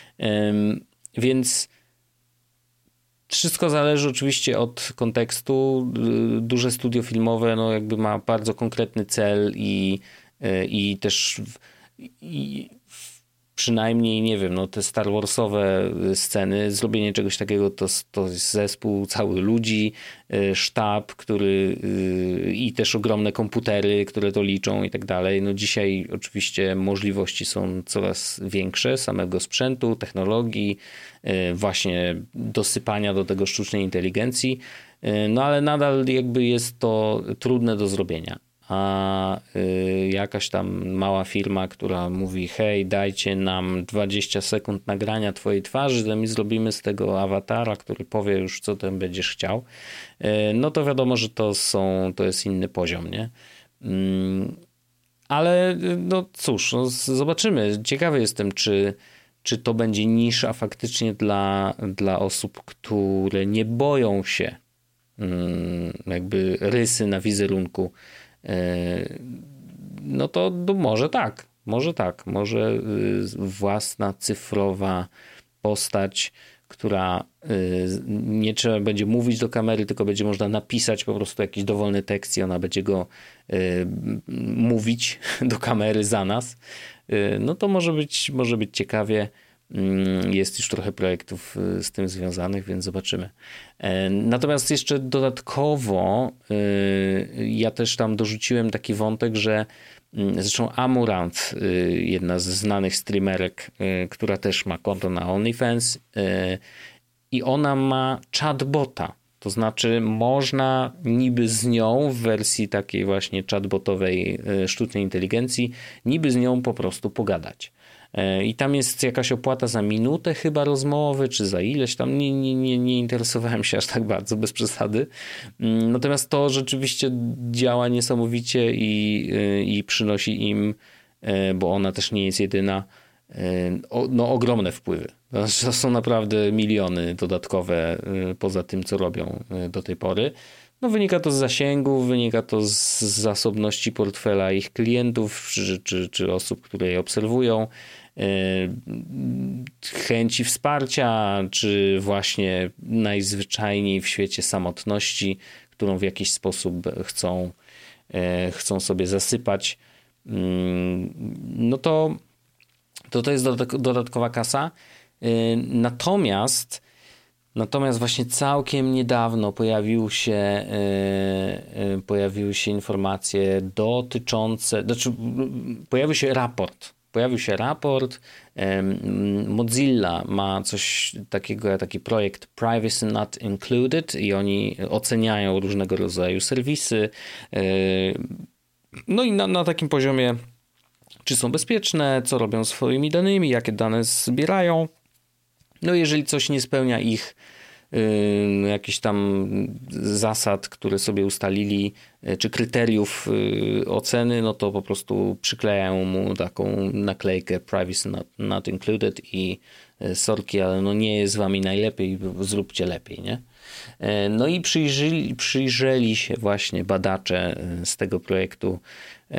Więc wszystko zależy oczywiście od kontekstu. Duże studio filmowe no jakby ma bardzo konkretny cel i, i też i przynajmniej, nie wiem, no te Star Warsowe sceny, zrobienie czegoś takiego to, to jest zespół cały ludzi, sztab, który i też ogromne komputery, które to liczą i tak dalej. No dzisiaj oczywiście możliwości są coraz większe samego sprzętu, technologii, właśnie dosypania do tego sztucznej inteligencji, no ale nadal jakby jest to trudne do zrobienia. A y, jakaś tam mała firma, która mówi hej, dajcie nam dwadzieścia sekund nagrania twojej twarzy, to my zrobimy z tego awatara, który powie już, co tam będziesz chciał, y, no to wiadomo, że to są, to jest inny poziom, nie? Y, ale no cóż, no zobaczymy. Ciekawy jestem, czy, czy to będzie nisza faktycznie dla, dla osób, które nie boją się y, jakby rysy na wizerunku. No to, to może tak, może tak, może własna cyfrowa postać, która nie trzeba będzie mówić do kamery, tylko będzie można napisać po prostu jakiś dowolny tekst i ona będzie go mówić do kamery za nas. No to może być, może być ciekawie. Jest już trochę projektów z tym związanych, więc zobaczymy. Natomiast jeszcze dodatkowo ja też tam dorzuciłem taki wątek, że zresztą Amouranth, jedna z znanych streamerek, która też ma konto na OnlyFans i ona ma chatbota. To znaczy można niby z nią w wersji takiej właśnie chatbotowej sztucznej inteligencji, niby z nią po prostu pogadać. I tam jest jakaś opłata za minutę chyba rozmowy, czy za ileś tam, nie, nie, nie, nie interesowałem się aż tak bardzo, bez przesady. Natomiast to rzeczywiście działa niesamowicie i, i przynosi im bo ona też nie jest jedyna, no ogromne wpływy. To są naprawdę miliony dodatkowe poza tym, co robią do tej pory. No wynika to z zasięgu, wynika to z zasobności portfela ich klientów czy, czy, czy osób, które je obserwują, chęci wsparcia, czy właśnie najzwyczajniej w świecie samotności, którą w jakiś sposób chcą, chcą sobie zasypać. No to to, to jest dodatkowa kasa. Natomiast Natomiast właśnie całkiem niedawno pojawił się, yy, pojawiły się informacje dotyczące, znaczy pojawił się raport. Pojawił się raport. Yy, Mozilla ma coś takiego, taki projekt Privacy Not Included i oni oceniają różnego rodzaju serwisy. Yy, no i na, na takim poziomie, czy są bezpieczne, co robią z swoimi danymi, jakie dane zbierają. No jeżeli coś nie spełnia ich y, jakichś tam zasad, które sobie ustalili, y, czy kryteriów y, oceny, no to po prostu przyklejają mu taką naklejkę Privacy Not, not Included i y, sorki, ale no nie jest z wami najlepiej, zróbcie lepiej, nie? Y, no i przyjrzeli, przyjrzeli się właśnie badacze z tego projektu y,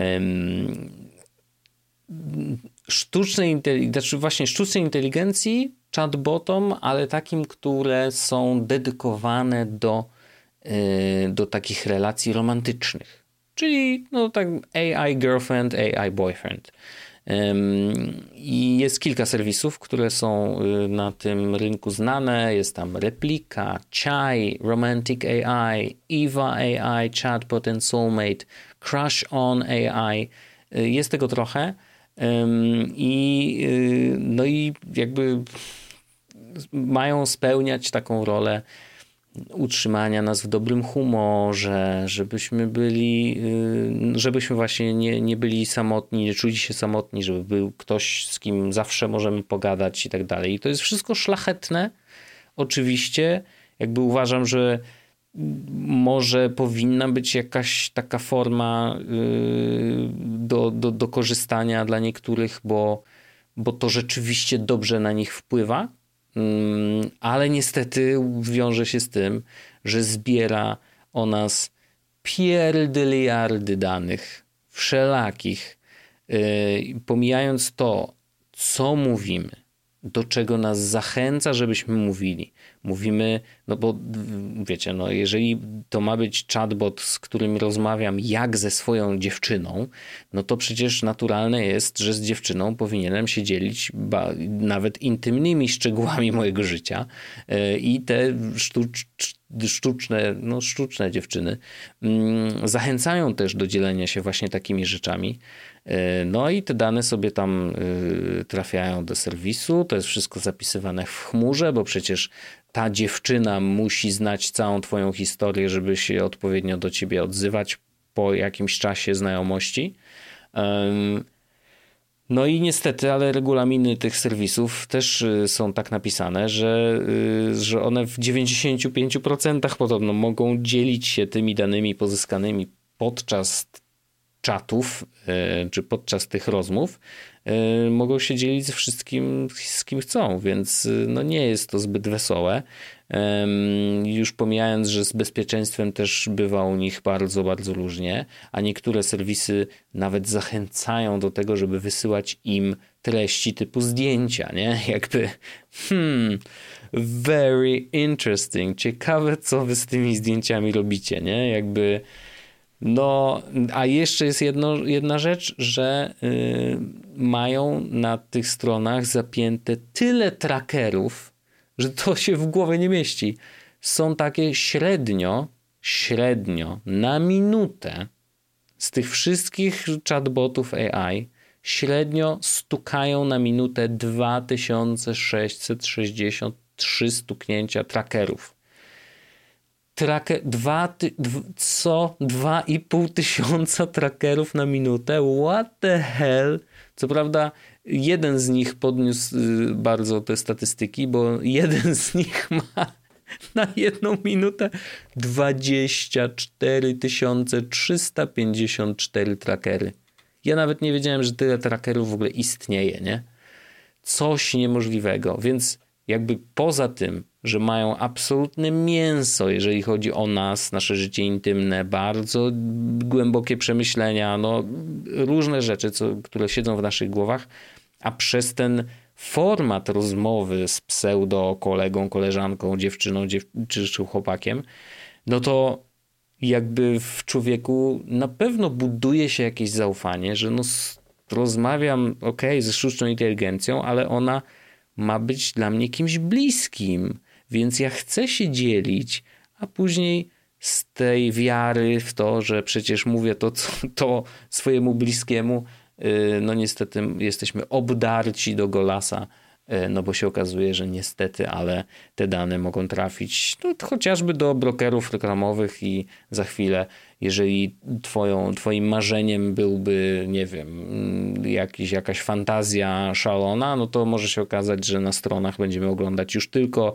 sztucznej inteligencji, znaczy właśnie sztucznej inteligencji, chatbotom, ale takim, które są dedykowane do, yy, do takich relacji romantycznych. Czyli no tak A I girlfriend, A I boyfriend. Ym, I jest kilka serwisów, które są na tym rynku znane. Jest tam Replika, Chai, Romantic A I, Eva A I, Chatbot and Soulmate, Crush on A I. Yy, jest tego trochę. Ym, I yy, no i jakby mają spełniać taką rolę utrzymania nas w dobrym humorze, żebyśmy byli, żebyśmy właśnie nie, nie byli samotni, nie czuli się samotni, żeby był ktoś, z kim zawsze możemy pogadać i tak dalej. I to jest wszystko szlachetne. Oczywiście, jakby uważam, że może powinna być jakaś taka forma do, do, do korzystania dla niektórych, bo, bo to rzeczywiście dobrze na nich wpływa. Ale niestety wiąże się z tym, że zbiera o nas pierdyliardy danych wszelakich, pomijając to, co mówimy, do czego nas zachęca, żebyśmy mówili. Mówimy, no bo wiecie, no jeżeli to ma być chatbot, z którym rozmawiam jak ze swoją dziewczyną, no to przecież naturalne jest, że z dziewczyną powinienem się dzielić ba, nawet intymnymi szczegółami mojego życia i te sztucz, sztuczne, no sztuczne dziewczyny mm, zachęcają też do dzielenia się właśnie takimi rzeczami. No i te dane sobie tam trafiają do serwisu, to jest wszystko zapisywane w chmurze, bo przecież ta dziewczyna musi znać całą twoją historię, żeby się odpowiednio do ciebie odzywać po jakimś czasie znajomości. No i niestety, ale regulaminy tych serwisów też są tak napisane, że, że one w dziewięćdziesiąt pięć procent podobno mogą dzielić się tymi danymi pozyskanymi podczas czatów, czy podczas tych rozmów, mogą się dzielić ze wszystkim, z kim chcą, więc no nie jest to zbyt wesołe. Już pomijając, że z bezpieczeństwem też bywa u nich bardzo, bardzo różnie, a niektóre serwisy nawet zachęcają do tego, żeby wysyłać im treści typu zdjęcia, nie? Jakby hmm, very interesting. Ciekawe, co wy z tymi zdjęciami robicie, nie? Jakby no, a jeszcze jest jedno, jedna rzecz, że y, mają na tych stronach zapięte tyle trackerów, że to się w głowie nie mieści. Są takie średnio, średnio na minutę z tych wszystkich chatbotów A I średnio stukają na minutę dwa tysiące sześćset sześćdziesiąt trzy stuknięcia trackerów. Tracker, dwa, ty, dw, co? Dwa i pół tysiąca trackerów na minutę? What the hell? Co prawda jeden z nich podniósł y, bardzo te statystyki, bo jeden z nich ma na jedną minutę dwadzieścia cztery tysiące trzysta pięćdziesiąt cztery trackery. Ja nawet nie wiedziałem, że tyle trackerów w ogóle istnieje, nie? Coś niemożliwego, więc jakby poza tym, że mają absolutne mięso, jeżeli chodzi o nas, nasze życie intymne, bardzo głębokie przemyślenia, no różne rzeczy, co, które siedzą w naszych głowach, a przez ten format rozmowy z pseudo kolegą, koleżanką, dziewczyną dziew czy, czy chłopakiem, no to jakby w człowieku na pewno buduje się jakieś zaufanie, że no rozmawiam, okej, okay, ze sztuczną inteligencją, ale ona ma być dla mnie kimś bliskim, więc ja chcę się dzielić, a później z tej wiary w to, że przecież mówię to, co, to swojemu bliskiemu, no niestety jesteśmy obdarci do golasa, no bo się okazuje, że niestety, ale te dane mogą trafić no, chociażby do brokerów reklamowych i za chwilę, jeżeli twoją, twoim marzeniem byłby, nie wiem, jakiś, jakaś fantazja szalona, no to może się okazać, że na stronach będziemy oglądać już tylko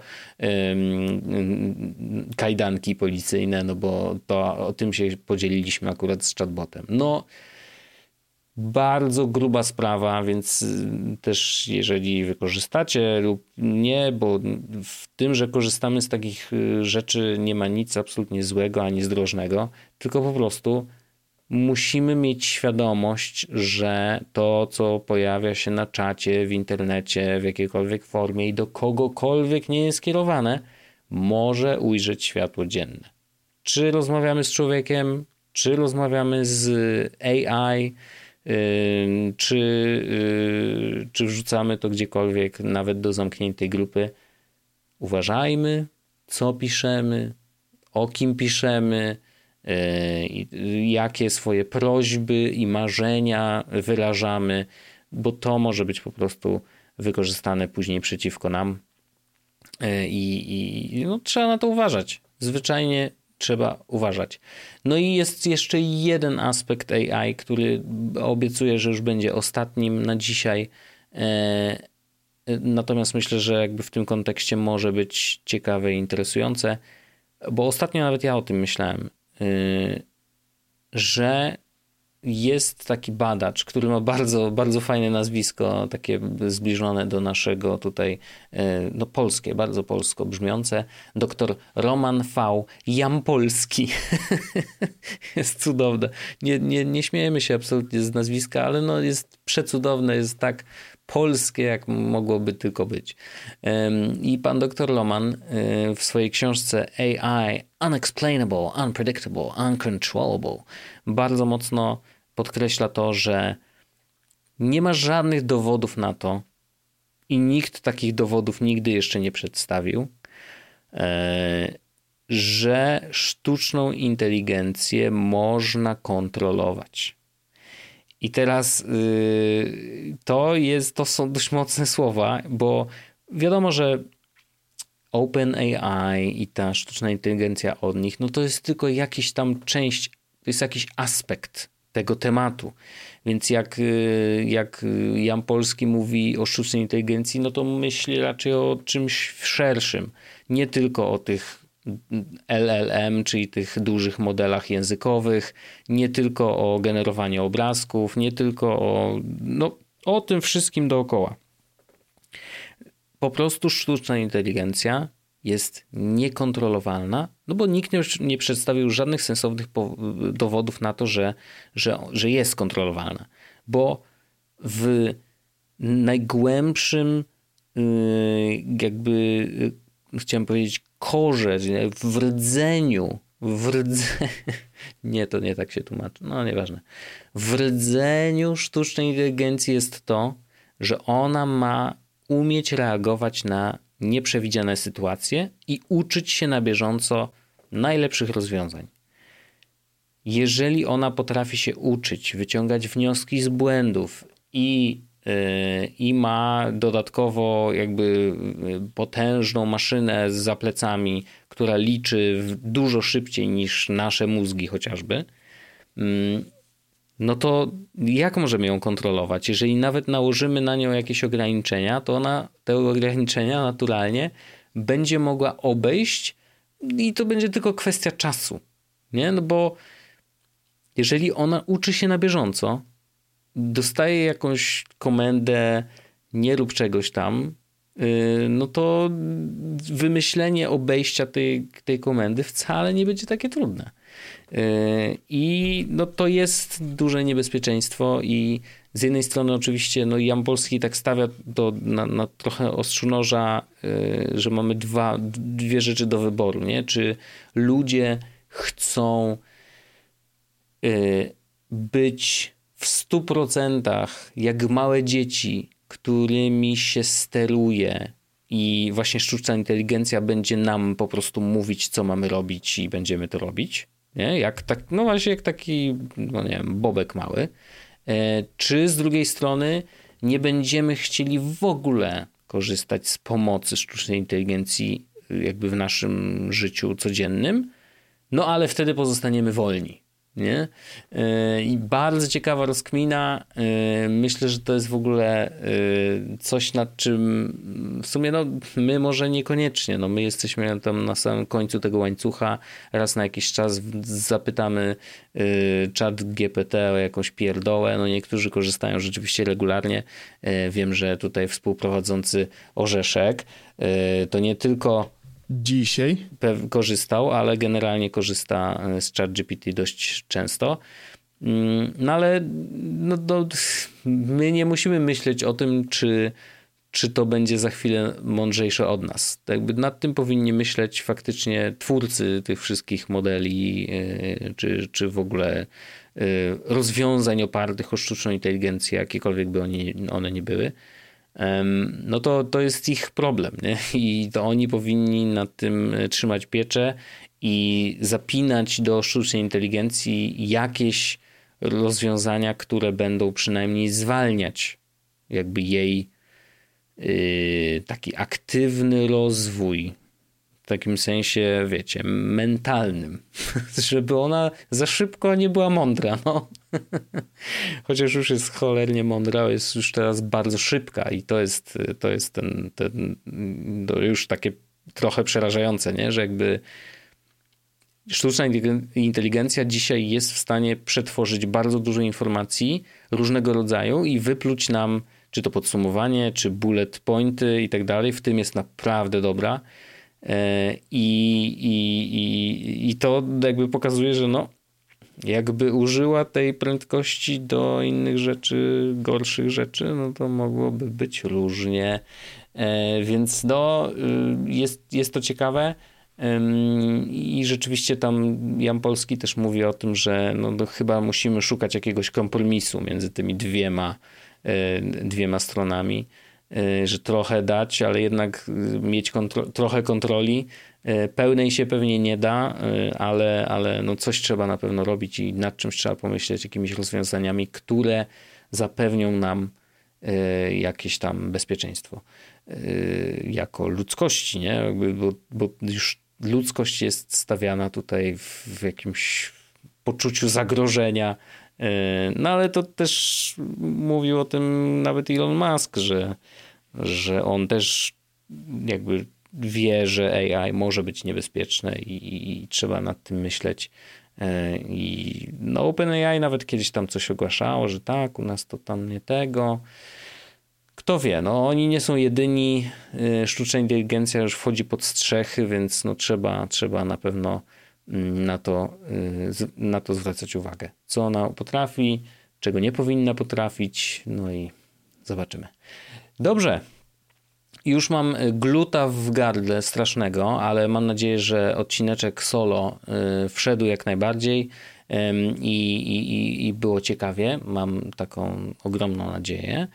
um, kajdanki policyjne, no bo to o tym się podzieliliśmy akurat z chatbotem. No bardzo gruba sprawa, więc też jeżeli wykorzystacie lub nie, bo w tym, że korzystamy z takich rzeczy nie ma nic absolutnie złego ani zdrożnego, tylko po prostu musimy mieć świadomość, że to, co pojawia się na czacie, w internecie, w jakiejkolwiek formie i do kogokolwiek nie jest skierowane, może ujrzeć światło dzienne. Czy rozmawiamy z człowiekiem, czy rozmawiamy z A I, Czy, czy wrzucamy to gdziekolwiek, nawet do zamkniętej grupy. Uważajmy, co piszemy, o kim piszemy, jakie swoje prośby i marzenia wyrażamy, bo to może być po prostu wykorzystane później przeciwko nam i, i no, trzeba na to uważać. Zwyczajnie trzeba uważać. No i jest jeszcze jeden aspekt A I, który obiecuję, że już będzie ostatnim na dzisiaj. Natomiast myślę, że jakby w tym kontekście może być ciekawe i interesujące, bo ostatnio nawet ja o tym myślałem, że jest taki badacz, który ma bardzo, bardzo fajne nazwisko, takie zbliżone do naszego tutaj, no polskie, bardzo polsko brzmiące. Doktor Roman V. Jampolski. Jest cudowne. Nie, nie, nie śmiejemy się absolutnie z nazwiska, ale no jest przecudowne, jest tak polskie, jak mogłoby tylko być. I pan doktor Roman w swojej książce A I Unexplainable, Unpredictable, Uncontrollable bardzo mocno podkreśla to, że nie ma żadnych dowodów na to i nikt takich dowodów nigdy jeszcze nie przedstawił, że sztuczną inteligencję można kontrolować. I teraz yy, to jest, to są dość mocne słowa, bo wiadomo, że OpenAI i ta sztuczna inteligencja od nich, no to jest tylko jakiś tam część, to jest jakiś aspekt tego tematu. Więc jak, jak Jan Polski mówi o sztucznej inteligencji, no to myśli raczej o czymś szerszym. Nie tylko o tych L L M, czyli tych dużych modelach językowych, nie tylko o generowaniu obrazków, nie tylko o, no, o tym wszystkim dookoła. Po prostu sztuczna inteligencja jest niekontrolowalna, no bo nikt nie, nie przedstawił żadnych sensownych dowodów na to, że, że, że jest kontrolowana. Bo w najgłębszym jakby chciałem powiedzieć korze, w rdzeniu, w rdzeniu, nie, to nie tak się tłumaczy, no nieważne. W rdzeniu sztucznej inteligencji jest to, że ona ma umieć reagować na nieprzewidziane sytuacje i uczyć się na bieżąco najlepszych rozwiązań. Jeżeli ona potrafi się uczyć, wyciągać wnioski z błędów i, yy, i ma dodatkowo jakby potężną maszynę za plecami, która liczy dużo szybciej niż nasze mózgi chociażby, yy, no to jak możemy ją kontrolować? Jeżeli nawet nałożymy na nią jakieś ograniczenia, to ona te ograniczenia naturalnie będzie mogła obejść i to będzie tylko kwestia czasu. Nie? No bo jeżeli ona uczy się na bieżąco, dostaję jakąś komendę, nie rób czegoś tam, no to wymyślenie obejścia tej, tej komendy wcale nie będzie takie trudne. I no to jest duże niebezpieczeństwo i z jednej strony oczywiście no Jan Polski tak stawia to na, na trochę ostrzu noża, że mamy dwa, dwie rzeczy do wyboru, nie? Czy ludzie chcą być w stu procentach jak małe dzieci, którymi się steruje i właśnie sztuczna inteligencja będzie nam po prostu mówić, co mamy robić i będziemy to robić. Nie? Jak tak, no właśnie jak taki, no nie wiem, bobek mały. E, czy z drugiej strony nie będziemy chcieli w ogóle korzystać z pomocy sztucznej inteligencji jakby w naszym życiu codziennym, no ale wtedy pozostaniemy wolni. Nie? I bardzo ciekawa rozkmina. Myślę, że to jest w ogóle coś, nad czym w sumie no, my może niekoniecznie. No, my jesteśmy tam na samym końcu tego łańcucha. Raz na jakiś czas zapytamy czat G P T o jakąś pierdołę. No, niektórzy korzystają rzeczywiście regularnie. Wiem, że tutaj współprowadzący Orzeszek to nie tylko dzisiaj korzystał, ale generalnie korzysta z ChatGPT dość często. No ale no, no, my nie musimy myśleć o tym, czy, czy to będzie za chwilę mądrzejsze od nas. Tak jakby nad tym powinni myśleć faktycznie twórcy tych wszystkich modeli, czy, czy w ogóle rozwiązań opartych o sztuczną inteligencję, jakiekolwiek by one, one nie były. No to, to jest ich problem, nie? I to oni powinni nad tym trzymać pieczę i zapinać do sztucznej inteligencji jakieś rozwiązania, które będą przynajmniej zwalniać jakby jej yy, taki aktywny rozwój, w takim sensie, wiecie, mentalnym, żeby ona za szybko nie była mądra, no. Chociaż już jest cholernie mądra, jest już teraz bardzo szybka i to jest, to jest ten, ten to już takie trochę przerażające, nie? Że jakby sztuczna inteligencja dzisiaj jest w stanie przetworzyć bardzo dużo informacji różnego rodzaju i wypluć nam czy to podsumowanie, czy bullet pointy i tak dalej. W tym jest naprawdę dobra. I, i, i, i to jakby pokazuje, że no jakby użyła tej prędkości do innych rzeczy, gorszych rzeczy, no to mogłoby być różnie. Więc no jest, jest to ciekawe. I rzeczywiście tam Jan Polski też mówi o tym, że no, no chyba musimy szukać jakiegoś kompromisu między tymi dwiema, dwiema stronami, że trochę dać, ale jednak mieć kontro- trochę kontroli. Pełnej się pewnie nie da, ale, ale no coś trzeba na pewno robić i nad czymś trzeba pomyśleć, jakimiś rozwiązaniami, które zapewnią nam jakieś tam bezpieczeństwo jako ludzkości, nie? Bo, bo już ludzkość jest stawiana tutaj w, w jakimś poczuciu zagrożenia. No ale to też mówił o tym nawet Elon Musk, że, że on też jakby wie, że A I może być niebezpieczne i, i trzeba nad tym myśleć. I no OpenAI nawet kiedyś tam coś ogłaszało, że tak, u nas to tam nie tego. Kto wie, no oni nie są jedyni. Sztuczna inteligencja już wchodzi pod strzechy, więc no trzeba, trzeba na pewno na to, na to zwracać uwagę. Co ona potrafi, czego nie powinna potrafić, no i zobaczymy. Dobrze. Już mam gluta w gardle strasznego, ale mam nadzieję, że odcineczek solo wszedł jak najbardziej i, i, i było ciekawie. Mam taką ogromną nadzieję.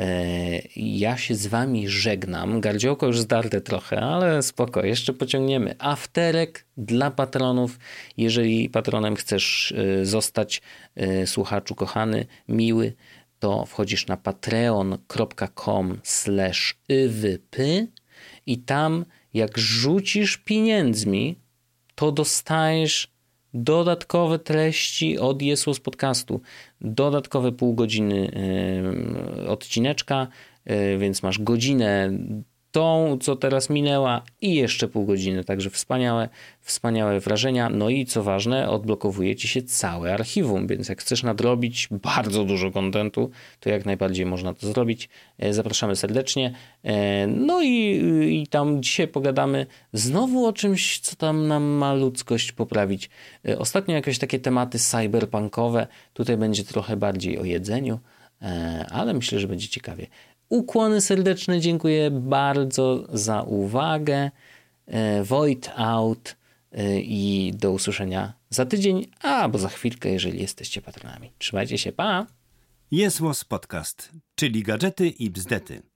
Ja się z wami żegnam. Gardziołko już zdarte trochę, ale spoko, jeszcze pociągniemy. Afterek dla patronów. Jeżeli patronem chcesz zostać, słuchaczu kochany, miły, to wchodzisz na patreon kropka com slash iwyp i tam jak rzucisz pieniędzmi, to dostajesz dodatkowe treści od Jesus Podcastu. Dodatkowe pół godziny yy, odcineczka, yy, więc masz godzinę tą, co teraz minęła i jeszcze pół godziny. Także wspaniałe, wspaniałe wrażenia. No i co ważne, odblokowuje ci się całe archiwum, więc jak chcesz nadrobić bardzo dużo kontentu, to jak najbardziej można to zrobić. Zapraszamy serdecznie. No i, i tam dzisiaj pogadamy znowu o czymś, co tam nam ma ludzkość poprawić. Ostatnio jakieś takie tematy cyberpunkowe. Tutaj będzie trochę bardziej o jedzeniu, ale myślę, że będzie ciekawie. Ukłony serdeczne, dziękuję bardzo za uwagę. Wojt out i do usłyszenia za tydzień, albo za chwilkę, jeżeli jesteście patronami. Trzymajcie się, pa! Jest Podcast, czyli gadżety i bzdety.